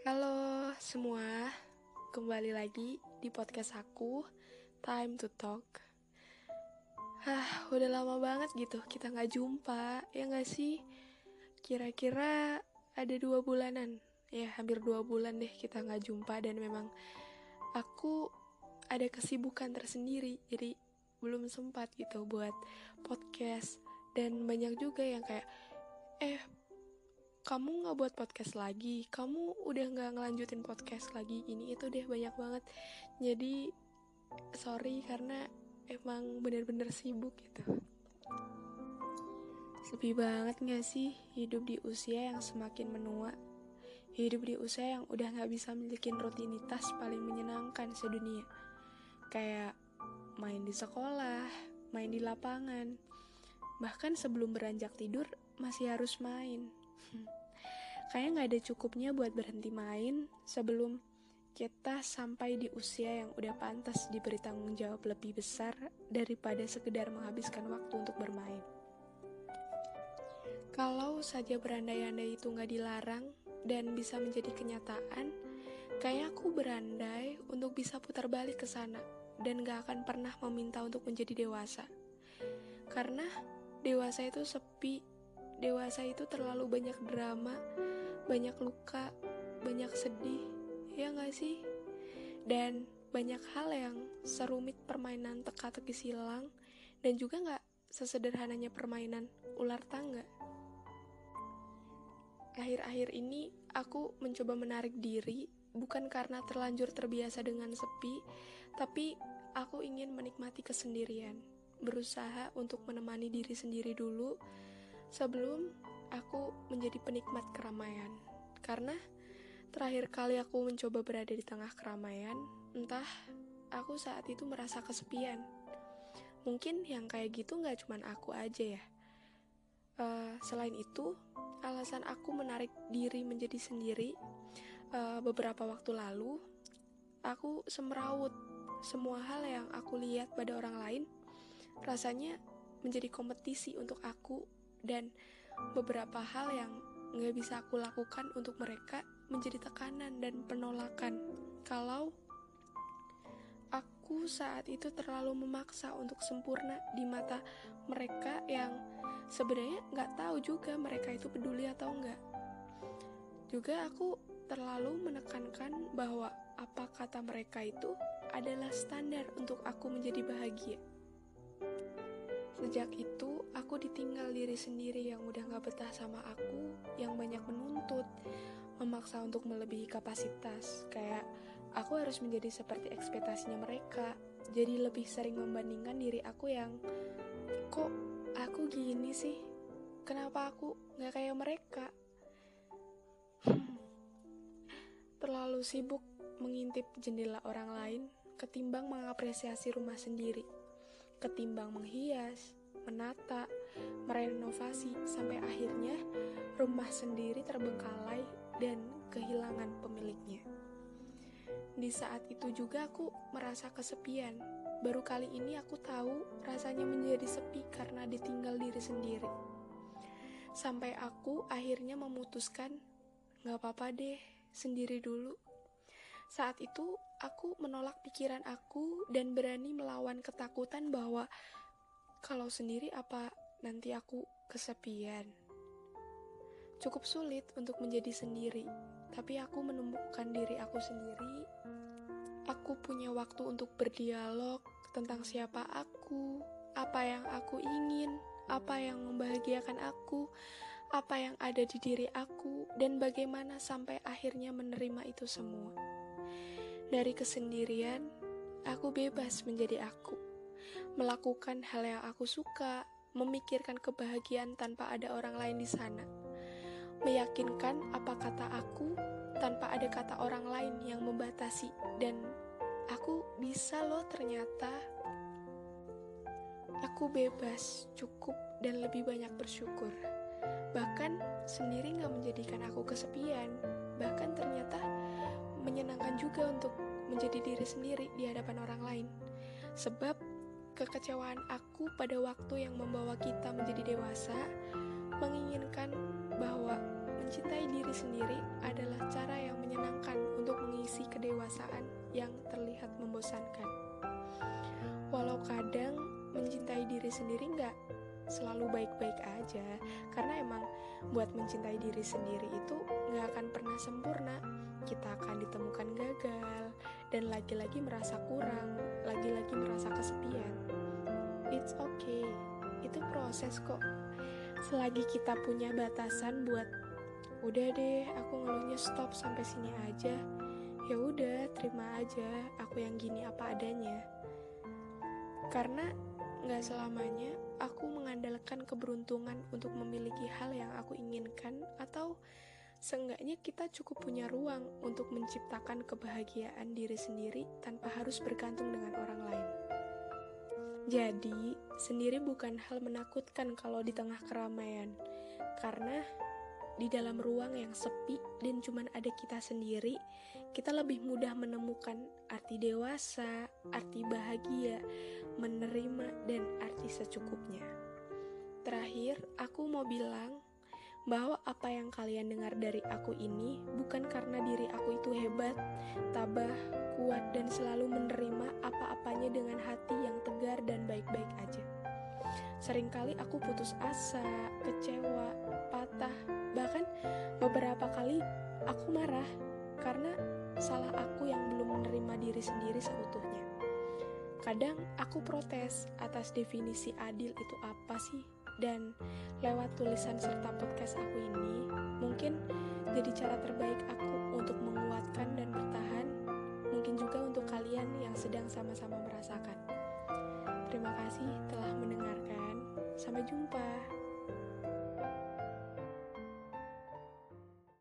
Halo semua, kembali lagi di podcast aku, Time to Talk. Udah lama banget gitu kita gak jumpa, ya gak sih? Kira-kira ada 2 bulanan, ya hampir 2 bulan deh kita gak jumpa. Dan memang aku ada kesibukan tersendiri, jadi belum sempat gitu buat podcast. Dan banyak juga yang kayak, kamu gak buat podcast lagi, kamu udah gak ngelanjutin podcast lagi, ini itu deh banyak banget. Jadi sorry karena emang bener-bener sibuk gitu. Sepi banget gak sih hidup di usia yang semakin menua? Hidup di usia yang udah gak bisa milikin rutinitas paling menyenangkan sedunia. Kayak main di sekolah, main di lapangan, bahkan sebelum beranjak tidur masih harus main. Kayaknya gak ada cukupnya buat berhenti main sebelum kita sampai di usia yang udah pantas diberi tanggung jawab lebih besar daripada sekedar menghabiskan waktu untuk bermain. Kalau saja berandai-andai itu gak dilarang dan bisa menjadi kenyataan, kayaknya aku berandai untuk bisa putar balik ke sana dan gak akan pernah meminta untuk menjadi dewasa. Karena dewasa itu sepi, dewasa itu terlalu banyak drama, banyak luka, banyak sedih, ya gak sih? Dan banyak hal yang serumit permainan teka-teki silang dan juga gak sesederhananya permainan ular tangga. Akhir-akhir ini aku mencoba menarik diri, bukan karena terlanjur terbiasa dengan sepi, tapi aku ingin menikmati kesendirian, berusaha untuk menemani diri sendiri dulu sebelum aku menjadi penikmat keramaian. Karena terakhir kali aku mencoba berada di tengah keramaian, entah aku saat itu merasa kesepian. Mungkin yang kayak gitu gak cuman aku aja ya. Selain itu, alasan aku menarik diri menjadi sendiri, beberapa waktu lalu aku semrawut semua hal yang aku lihat pada orang lain rasanya menjadi kompetisi untuk aku, dan beberapa hal yang gak bisa aku lakukan untuk mereka menjadi tekanan dan penolakan. Kalau aku saat itu terlalu memaksa untuk sempurna di mata mereka yang sebenarnya gak tahu juga mereka itu peduli atau enggak. Juga aku terlalu menekankan bahwa apa kata mereka itu adalah standar untuk aku menjadi bahagia. Sejak itu, aku ditinggal diri sendiri yang udah gak betah sama aku, yang banyak menuntut, memaksa untuk melebihi kapasitas. Kayak aku harus menjadi seperti ekspektasinya mereka. Jadi lebih sering membandingkan diri aku yang, kok aku gini sih? Kenapa aku gak kayak mereka? Terlalu sibuk mengintip jendela orang lain ketimbang mengapresiasi rumah sendiri. Ketimbang menghias, menata, merenovasi, sampai akhirnya rumah sendiri terbengkalai dan kehilangan pemiliknya. Di saat itu juga aku merasa kesepian. Baru kali ini aku tahu rasanya menjadi sepi karena ditinggal diri sendiri. Sampai aku akhirnya memutuskan, gak apa-apa deh, sendiri dulu. Saat itu aku menolak pikiran aku dan berani melawan ketakutan bahwa kalau sendiri apa nanti aku kesepian. Cukup sulit untuk menjadi sendiri, tapi aku menemukan diri aku sendiri. Aku punya waktu untuk berdialog tentang siapa aku, apa yang aku ingin, apa yang membahagiakan aku, apa yang ada di diri aku, dan bagaimana sampai akhirnya menerima itu semua. Dari kesendirian, aku bebas menjadi aku, melakukan hal yang aku suka, memikirkan kebahagiaan tanpa ada orang lain di sana, meyakinkan apa kata aku tanpa ada kata orang lain yang membatasi, dan aku bisa loh ternyata. Aku bebas, cukup, dan lebih banyak bersyukur. Bahkan sendiri gak menjadikan aku kesepian, bahkan ternyata menyenangkan juga untuk menjadi diri sendiri di hadapan orang lain. Sebab kekecewaan aku pada waktu yang membawa kita menjadi dewasa menginginkan bahwa mencintai diri sendiri adalah cara yang menyenangkan untuk mengisi kedewasaan yang terlihat membosankan. Walau kadang mencintai diri sendiri nggak selalu baik-baik aja, karena emang buat mencintai diri sendiri itu nggak akan pernah sempurna. Kita akan ditemukan gagal, dan lagi-lagi merasa kurang, lagi-lagi merasa kesepian. It's okay, itu proses kok. Selagi kita punya batasan buat, udah deh, aku ngeluhnya stop sampai sini aja. Ya udah, terima aja, aku yang gini apa adanya. Karena gak selamanya aku mengandalkan keberuntungan untuk memiliki hal yang aku inginkan, atau seenggaknya kita cukup punya ruang untuk menciptakan kebahagiaan diri sendiri tanpa harus bergantung dengan orang lain. Jadi, sendiri bukan hal menakutkan kalau di tengah keramaian, karena di dalam ruang yang sepi dan cuman ada kita sendiri, kita lebih mudah menemukan arti dewasa, arti bahagia, menerima, dan arti secukupnya. Terakhir, aku mau bilang bahwa apa yang kalian dengar dari aku ini bukan karena diri aku itu hebat, tabah, kuat, dan selalu menerima apa-apanya dengan hati yang tegar dan baik-baik aja. Seringkali aku putus asa, kecewa, patah, bahkan beberapa kali aku marah karena salah aku yang belum menerima diri sendiri seutuhnya. Kadang aku protes atas definisi adil itu apa sih, dan lewat tulisan serta podcast aku ini mungkin jadi cara terbaik aku untuk menguatkan dan bertahan, mungkin juga untuk kalian yang sedang sama-sama merasakan. Terima kasih telah mendengarkan. Sampai jumpa.